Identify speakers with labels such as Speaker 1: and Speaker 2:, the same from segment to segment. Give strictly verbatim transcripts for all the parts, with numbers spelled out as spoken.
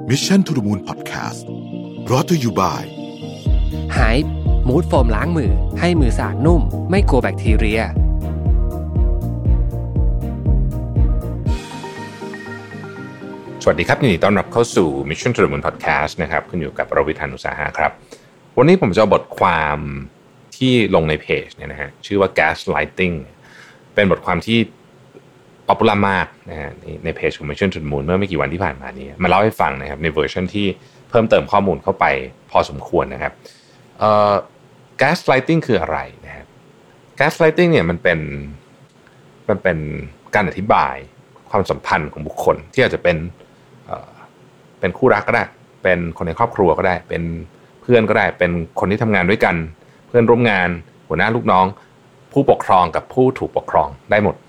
Speaker 1: Mission to the Moon Podcast brought to you by
Speaker 2: Hype มูสโฟมล้างมือให้มือสะอาดนุ่มไม่กลัวแบคทีเรีย
Speaker 3: สวัสดีครับยินดีต้อนรับเข้าสู่ Mission to the Moon Podcast นะครับคุณอยู่กับรวิธานอุตสาหะครับวันนี้ผมจะเอาบทความที่ลงในเพจเนี่ยนะฮะชื่อว่า Gaslighting เป็นบทความที่ป๊อปปูล่ามากนะฮะในเพจของ Mission to the Moon เมื่อไม่กี่วันที่ผ่านมานี้มาเล่าให้ฟังนะครับในเวอร์ชันที่เพิ่มเติมข้อมูลเข้าไปพอสมควรนะครับเอ่อ Gaslighting คืออะไรนะฮะ Gaslighting เนี่ยมันเป็นมันเป็นการอธิบายความสัมพันธ์ของบุคคลที่อาจจะเป็นเอ่อเป็นคู่รักก็ได้เป็นคนในครอบครัวก็ได้เป็นเพื่อนก็ได้เป็นคนที่ทำงานด้วยกันเพื่อนร่วมงานหัวหน้าลูกน้องผู้ปกครองกับผู้ถูกปกครองได้หมด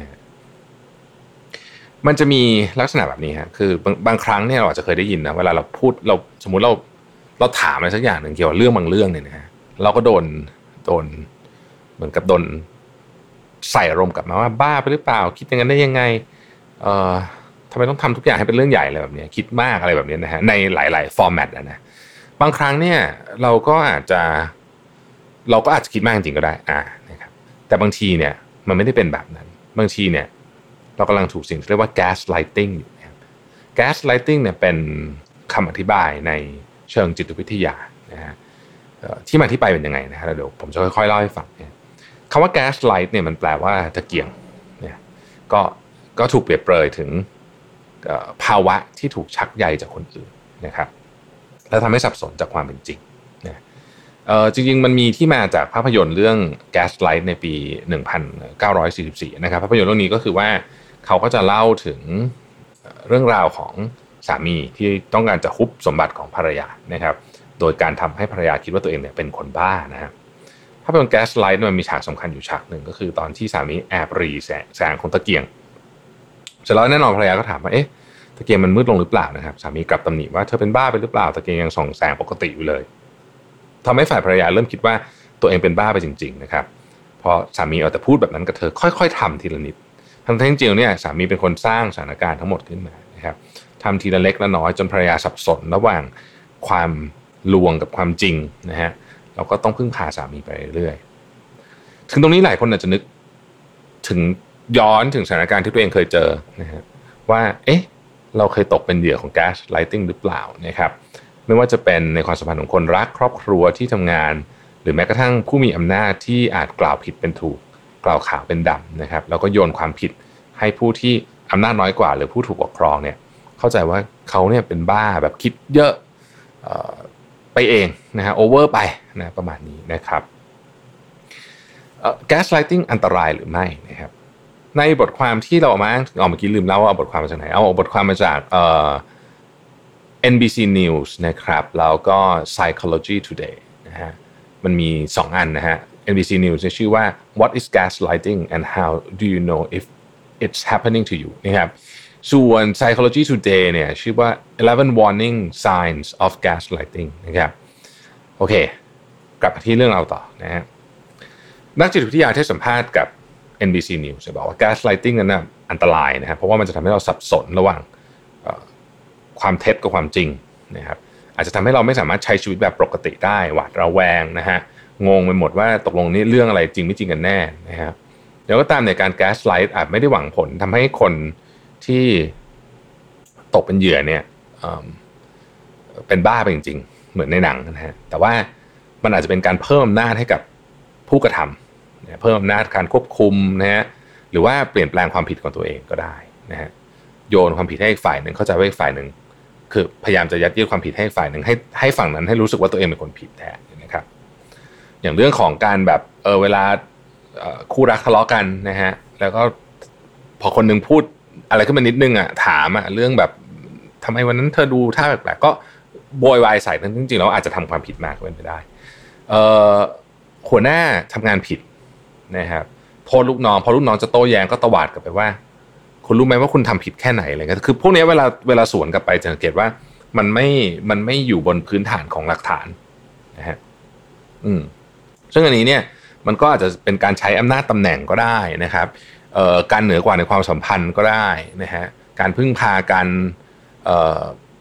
Speaker 3: มันจะมีลักษณะแบบนี้ฮะคือบางบางครั้งเนี่ยเราอาจจะเคยได้ยินนะเวลาเราพูดเราสมมุติเราเราถามอะไรสักอย่างหนึ่งเกี่ยวกับเรื่องบางเรื่องเนี่ยนะฮะเราก็โดนโดนเหมือนกับโดนใส่อารมณ์กลับมาว่าบ้าไปหรือเปล่าคิดอย่างนั้นได้ยังไงเอ่อทำไมต้องทำทุกอย่างให้เป็นเรื่องใหญ่อะไรแบบนี้คิดมากอะไรแบบนี้นะฮะในหลายๆฟอร์แมตนะบางครั้งเนี่ยเราก็อาจจะเราก็อาจจะคิดมากจริงๆก็ได้อ่านะครับแต่บางทีเนี่ยมันไม่ได้เป็นแบบนั้นบางทีเนี่ยเรากำลังถูกสิ่งที่เรียกว่า gaslighting อยู่นะครับ gaslighting เนี่ยเป็นคำอธิบายในเชิงจิตวิทยานะฮะที่มาที่ไปเป็นยังไงนะฮะเดี๋ยวผมจะค่อยๆเล่าให้ฟังนะคำว่า gaslight เนี่ยมันแปลว่าตะเกียงเนี่ยก็ก็ถูกเปรียบเปรยถึงภาวะที่ถูกชักใยจากคนอื่นนะครับแล้วทำให้สับสนจากความเป็นจริงนะเอ่อจริงๆมันมีที่มาจากภาพยนตร์เรื่อง Gaslight ในปีหนึ่งพันเก้าร้อยสี่สิบสี่นะครับภาพยนตร์เรื่องนี้ก็คือว่าเขาก็จะเล่าถึงเรื่องราวของสามีที่ต้องการจะฮุบสมบัติของภรรยานะครับโดยการทำให้ภรรยาคิดว่าตัวเองเนี่ยเป็นคนบ้านะครับภาพยนตร์ Gaslight มันมีฉากสำคัญอยู่ฉากหนึ่งก็คือตอนที่สามีแอบรีแสงแสงของตะเกียงเสร็จแล้วแน่นอนภรรยาก็ถามว่าเอ๊ะตะเกียงมันมืดลงหรือเปล่านะครับสามีกลับตำหนิว่าเธอเป็นบ้าไปหรือเปล่าตะเกียงยังส่องแสงปกติอยู่เลยทำให้ฝ่ายภรรยาเริ่มคิดว่าตัวเองเป็นบ้าไปจริงๆนะครับพอสามีเอาแต่พูดแบบนั้นกับเธอค่อยๆทำทีละนิดทั้งที่จริงๆเนี่ยสามีเป็นคนสร้างสถานการณ์ทั้งหมดขึ้นมานะครับทำทีละเล็กละน้อยจนภรรยาสับสนระหว่างความลวงกับความจริงนะฮะเราก็ต้องพึ่งพาสามีไปเรื่อยๆถึงตรงนี้หลายคนอาจจะนึกถึงย้อนถึงสถานการณ์ที่ตัวเองเคยเจอนะฮะว่าเอ๊ะเราเคยตกเป็นเหยื่อของ gaslighting หรือเปล่านะครับไม่ว่าจะเป็นในความสัมพันธ์ของคนรักครอบครัวที่ทำงานหรือแม้กระทั่งผู้มีอำนาจที่อาจกล่าวผิดเป็นถูกกล่าวขาวเป็นดำนะครับแล้วก็โยนความผิดให้ผู้ที่อำนาจน้อยกว่าหรือผู้ถูกปกครองเนี่ยเข้าใจว่าเขาเนี่ยเป็นบ้าแบบคิดเยอะเอ่อไปเองนะฮะโอเวอร์ไปนะประมาณนี้นะครับเอ่อ gaslighting อันตรายหรือไม่นะครับในบทความที่เราเอามาเอาเมื่อกี้ลืมเล่าว่าเอาบทความมาจากไหนเอาบทความมาจากเอ่อ เอ็น บี ซี News นะครับแล้วก็ Psychology Today นะฮะมันมีสองอันนะฮะ เอ็น บี ซี News ชื่อว่า What is Gaslighting and how do you know if it's happening to you นะครับส่วน Psychology Today เนี่ยชื่อว่า eleven Warning Signs of Gaslighting นะครับโอเคกลับมาที่เรื่องเราต่อนะฮะนักจิตวิทยาที่สัมภาษณ์กับ เอ็น บี ซี News บอกว่า Gaslighting นั้นนะอันตรายนะครับเพราะว่ามันจะทำให้เราสับสนระหว่างความเท็จกับความจริงนะครับอาจจะทำให้เราไม่สามารถใช้ชีวิตแบบปกติได้หวาดระแวงนะฮะงงไปหมดว่าตกลงนี่เรื่องอะไรจริงไม่จริงกันแน่นะครับเดี๋ยวก็ตามในการ gaslight อาจไม่ได้หวังผลทำให้คนที่ตกเป็นเหยื่อเนี่ยเป็นบ้าไปจริงๆเหมือนในหนังนะฮะแต่ว่ามันอาจจะเป็นการเพิ่มอำนาจให้กับผู้กระทำเพิ่มอำนาจการควบคุมนะฮะหรือว่าเปลี่ยนแปลงความผิดของตัวเองก็ได้นะฮะโยนความผิดให้อีกฝ่ายหนึ่งเข้าใจว่าอีกฝ่ายหนึ่งคือพยายามจะยัดเยียดความผิดให้ฝ่ายหนึ่งให้ให้ฝั่งนั้นให้รู้สึกว่าตัวเองเป็นคนผิดแทนนะครับอย่างเรื่องของการแบบเออเวลาคู่รักทะเลาะกันนะฮะแล้วก็พอคนนึงพูดอะไรขึ้นมานิดนึงอ่ะถามอ่ะเรื่องแบบทำไมวันนั้นเธอดูท่าแปลกๆก็โวยวายใส่นั้นจริงๆแล้วอาจจะทำความผิดมากเป็นไปได้เอ่อหัวหน้าทำงานผิดนะครับโทษลูกน้องพอลูกน้องจะโต้แย้งก็ตวาดกลับไปว่าคุณรู้ไหมว่าคุณทำผิดแค่ไหนอะไรเงี้ยคือพวกนี้เวลาเวลาสวนกลับไปจะสังเกตว่ามันไม่มันไม่อยู่บนพื้นฐานของหลักฐานนะฮะอืมซึ่งอันนี้เนี่ยมันก็อาจจะเป็นการใช้อำนาจตำแหน่งก็ได้นะครับเอ่อการเหนือกว่าในความสัมพันธ์ก็ได้นะฮะการพึ่งพากันเอ่อ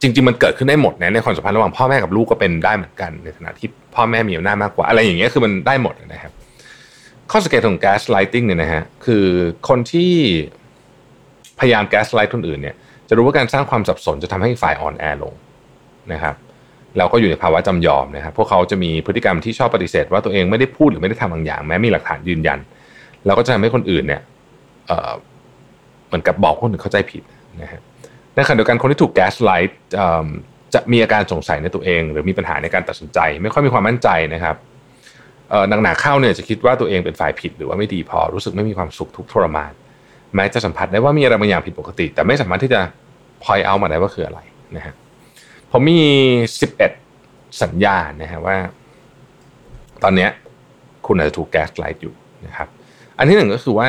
Speaker 3: จริงๆมันเกิดขึ้นได้หมดนะในความสัมพันธ์ระหว่างพ่อแม่กับลูกก็เป็นได้เหมือนกันในฐานะที่พ่อแม่มีอำนาจมากกว่าอะไรอย่างเงี้ยคือมันได้หมดนะครับข้อสังเกตของ gaslighting เนี่ยนะฮะคือคนที่พยายาม gaslight คนอื่นเนี่ยจะรู้ว่าการสร้างความสับสนจะทำให้ฝ่ายอ่อนแอลงนะครับเราก็อยู่ในภาวะจำยอมนะครับพวกเขาจะมีพฤติกรรมที่ชอบปฏิเสธว่าตัวเองไม่ได้พูดหรือไม่ได้ทำบางอย่างแม้มีหลักฐานยืนยันเราก็จะทำให้คนอื่นเนี่ยเอ่อเหมือนกับบอกคนอื่นเข้าใจผิดนะฮะในขณะเดียวกันคนที่ถูก gaslight จะมีอาการสงสัยในตัวเองหรือมีปัญหาในการตัดสินใจไม่ค่อยมีความมั่นใจนะครับเอ่อหนักๆเข้าเนี่ยจะคิดว่าตัวเองเป็นฝ่ายผิดหรือว่าไม่ดีพอรู้สึกไม่มีความสุขทุกข์ทรมานแม้จะสัมผัสได้ว่ามีอะไรบางอย่างผิดปกติแต่ไม่สามารถที่จะ point out มาได้ว่าคืออะไรนะฮะผมมีสิบเอ็ดสัญญาณนะฮะว่าตอนนี้คุณอาจจะถูก gaslight อยู่นะครับอันที่หนึ่งก็คือว่า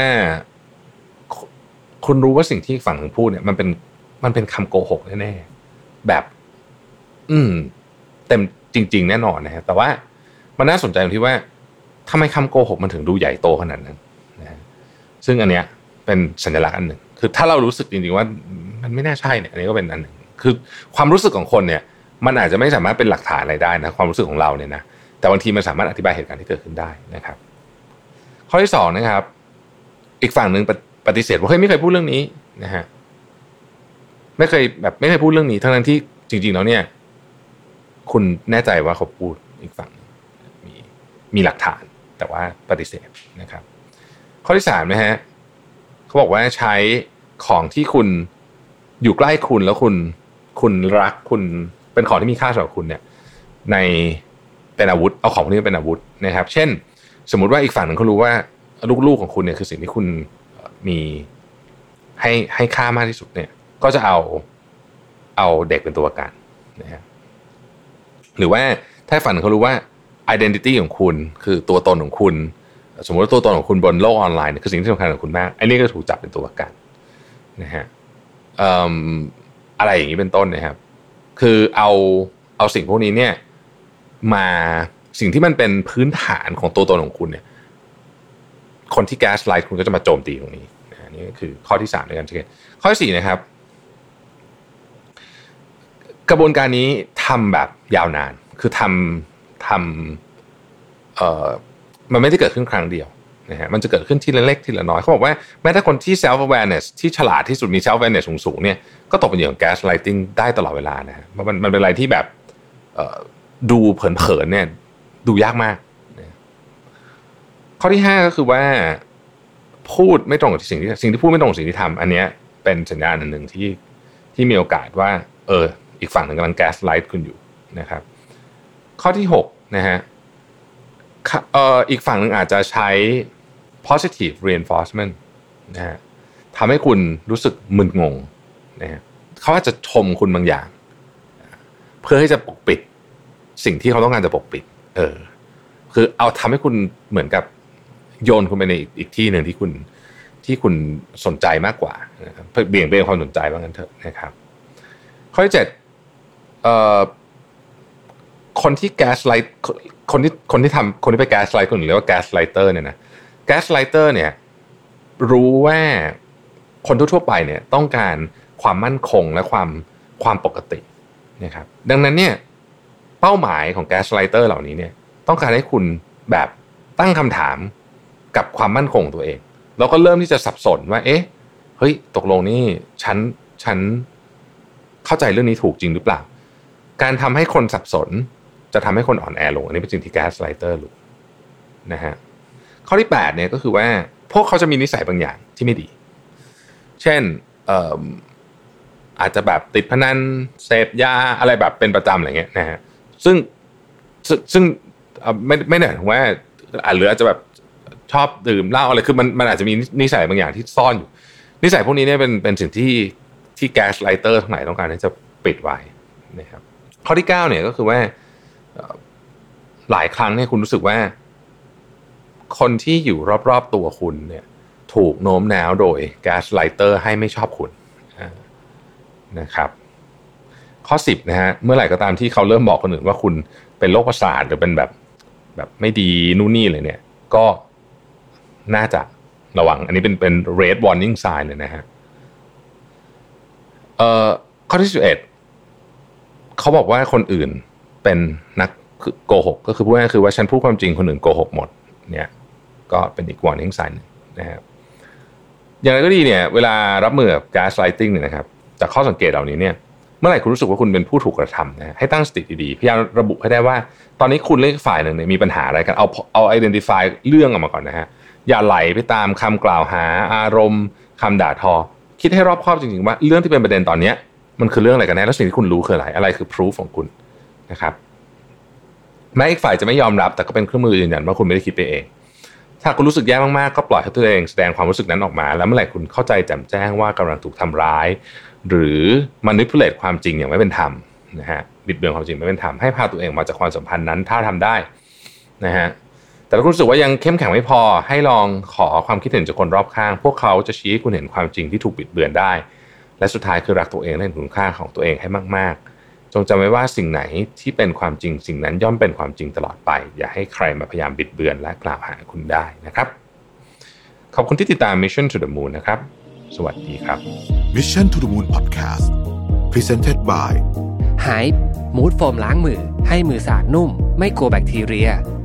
Speaker 3: คุณรู้ว่าสิ่งที่ฝั่งนึงพูดเนี่ยมันเป็นมันเป็นคำโกหกแน่ๆแบบอืมเต็มจริงๆแน่นอนนะฮะแต่ว่ามันน่าสนใจตรงที่ว่าทำไมคำโกหกมันถึงดูใหญ่โตขนาดนั้นนะฮะซึ่งอันเนี้ยเป็นสัญลักษณ์อันหนึ่งคือถ้าเรารู้สึกจริงๆว่ามันไม่น่าใช่เนี่ยอันนี้ก็เป็นอันหนึ่งคือความรู้สึกของคนเนี่ยมันอาจจะไม่สามารถเป็นหลักฐานอะไรได้นะความรู้สึกของเราเนี่ยนะแต่บางทีมันสามารถอธิบายเหตุการณ์ที่เกิดขึ้นได้นะครับข้อที่สองนะครับอีกฝั่งนึงปฏิเสธว่าเฮ้ยไม่เคยพูดเรื่องนี้นะฮะไม่เคยแบบไม่เคยพูดเรื่องนี้ทั้งนั้นที่จริงๆแล้วเนี่ยคุณแน่ใจว่าเขาพูดอีกฝั่งมีมีหลักฐานแต่ว่าปฏิเสธนะครับข้อที่สามนะฮะเขาบอกว่าใช้ของที่คุณอยู่ใกล้คุณแล้วคุณคุณรักคุณเป็นของที่มีค่าสำหรับคุณเนี่ยในเป็นอาวุธเอาของพวกนี้เป็นอาวุธนะครับเช่นสมมุติว่าอีกฝั่งหนึ่งเขารู้ว่าลูกๆของคุณเนี่ยคือสิ่งที่คุณมีให้ให้ค่ามากที่สุดเนี่ยก็จะเอาเอาเด็กเป็นตัวประกันนะฮะหรือว่าถ้าฝั่งเขารู้ว่า identity ของคุณคือตัวตนของคุณสมมติว่าตัวตนของคุณบนโลกออนไลน์คือสิ่งที่สำคัญของคุณมากไอ้นี่ก็ถูกจับเป็นตัวประกันนะฮะอะไรอย่างนี้เป็นต้นนะครับคือเอาเอาสิ่งพวกนี้เนี่ยมาสิ่งที่มันเป็นพื้นฐานของตัวตนของคุณเนี่ยคนที่ gaslight คุณก็จะมาโจมตีตรงนี้นะนี่คือข้อที่สามในการเช็คข้อที่สี่นะครับกระบวนการนี้ทำแบบยาวนานคือทำทำเอ่อมันไม่ได้เกิดขึ้นครั้งเดียวนะฮะมันจะเกิดขึ้นทีละเล็กทีละน้อยเขาบอกว่าแม้แต่คนที่ self awareness ที่ฉลาดที่สุดมี self awareness สูงๆเนี่ยก็ตกเป็นเหยื่อของ gaslighting ได้ตลอดเวลานะฮะมันมันเป็นอะไรที่แบบเอ่อดูเผินๆเนี่ยดูยากมากนะข้อที่ห้าก็คือว่าพูดไม่ตรงกับสิ่งที่สิ่งที่พูดไม่ตรงกับสิ่งที่ทำอันนี้เป็นสัญญาณอันหนึ่งที่ที่มีโอกาสว่าเอออีกฝั่งหนึ่งกำลัง gaslight คุณอยู่นะครับข้อที่หกนะฮะเอ่ออีกฝั่งหนึ่งอาจจะใช้ positive reinforcement นะฮะทำให้คุณรู้สึกมึนงงนะฮะเขาอาจจะชมคุณบางอย่างเพื่อให้จะปกปิดสิ่งที่เขาต้องการจะปกปิดเออคือเอาทำให้คุณเหมือนกับโยนคุณไปในอีกที่หนึ่งที่คุณที่คุณสนใจมากกว่านะครับเบี่ยงเบนความสนใจว่างั้นเถอะนะครับข้อที่เจ็ดเอ่อคนที่ gaslight คนที่คนที่ทำคนที่ไป gaslight คนอื่นเรียกว่า gaslighter เนี่ยนะ gaslighter เนี่ยรู้ว่าคนทั่วๆไปเนี่ยต้องการความมั่นคงและความความปกตินะครับดังนั้นเนี่ยเป้าหมายของ gaslighter เหล่านี้เนี่ยต้องการให้คุณแบบตั้งคำถามกับความมั่นคงตัวเองแล้วก็เริ่มที่จะสับสนว่าเอ๊ะเฮ้ยตกลงนี่ฉันฉันเข้าใจเรื่องนี้ถูกจริงหรือเปล่าการทำให้คนสับสนจะทำให้คนอ่อนแอลงอันนี้เป็นสิ่งที่ gaslighter รู้นะฮะข้อที่แปดเนี่ยก็คือว่าพวกเขาจะมีนิสัยบางอย่างที่ไม่ดีเช่นเอ่ออาจจะแบบติดพนันเสพยาอะไรแบบเป็นประจำอะไรเงี้ยนะฮะซึ่งซึ่งไม่ไม่ได้ถึงว่าหรืออาจจะแบบชอบดื่มเหล้าอะไรคือมันมันอาจจะมีนิสัยบางอย่างที่ซ่อนอยู่นิสัยพวกนี้เนี่ยเป็นเป็นสิ่งที่ที่ gaslighter ทั้งหลายต้องการที่จะปิดไว้นะครับข้อที่เก้าเนี่ยก็คือว่าหลายครั้งเนี่ยคุณรู้สึกว่าคนที่อยู่รอบๆตัวคุณเนี่ยถูกโน้มน้าวโดย gaslighter ให้ไม่ชอบคุณนะครับข้อสิบนะฮะเมื่อไหร่ก็ตามที่เขาเริ่มบอกคนอื่นว่าคุณเป็นโรคประสาทหรือเป็นแบบแบบไม่ดีนู่นนี่เลยเนี่ยก็น่าจะระวังอันนี้เป็นเป็น red warning sign เลยนะฮะเอ่อข้อที่สิบเอ็ดเขาบอกว่าคนอื่นเป็นนักโกหกก็คือพูดง่ายๆคือว่าฉันพูดความจริงคนอื่นโกหกหมดเนี่ยก็เป็นอีก warning sign นะครับอย่างไรก็ดีเนี่ยเวลารับมือกับ gaslighting เนี่ยนะครับจากข้อสังเกตเหล่านี้เนี่ยเมื่อไหร่คุณรู้สึกว่าคุณเป็นผู้ถูกกระทำนะให้ตั้งสติดีๆพยายามระบุให้ได้ว่าตอนนี้คุณและอีกฝ่ายหนึ่งเนี่ยมีปัญหาอะไรกันเอาเอา identify เรื่องออกมาก่อนนะฮะอย่าไหลไปตามคำกล่าวหาอารมณ์คำด่าทอคิดให้รอบคอบจริงๆว่าเรื่องที่เป็นประเด็นตอนนี้มันคือเรื่องอะไรกันแน่แล้วสิ่งที่คุณรู้คืออะไรอะไรคือ proof ของคุณนะครับแม้อีกฝ่ายจะไม่ยอมรับแต่ก็เป็นเครื่องมือยืนยันว่าคุณไม่ได้คิดไปเองถ้าคุณรู้สึกแย่มากๆก็ปล่อยให้ตัวเองแสดงความรู้สึกนั้นออกมาแล้วเมื่อไหร่คุณเข้าใจแจ่มแจ้งว่ากำลังถูกทำร้ายหรือ manipulate ความจริงอย่างไม่เป็นธรรมนะฮะบิดเบือนความจริงไม่เป็นธรรมให้พาตัวเองมาจากความสัมพันธ์นั้นถ้าทำได้นะฮะแต่ถ้าคุณรู้สึกว่ายังเข้มแข็งไม่พอให้ลองขอความคิดเห็นจากคนรอบข้างพวกเขาจะชี้ให้คุณเห็นความจริงที่ถูกบิดเบือนได้และสุดท้ายคือรักตัวเองและเห็นคุณค่าของตัวเองให้มากๆจงจำไว้ว่าสิ่งไหนที่เป็นความจริงสิ่งนั้นย่อมเป็นความจริงตลอดไปอย่าให้ใครมาพยายามบิดเบือนและกล่าวหาคุณได้นะครับขอบคุณที่ติดตาม Mission to the Moon นะครับสวัสดีครับ
Speaker 1: Mission to the Moon Podcast Presented by
Speaker 2: Hype มูสโฟมล้างมือให้มือสะอาดนุ่มไม่กลัวแบคทีเรีย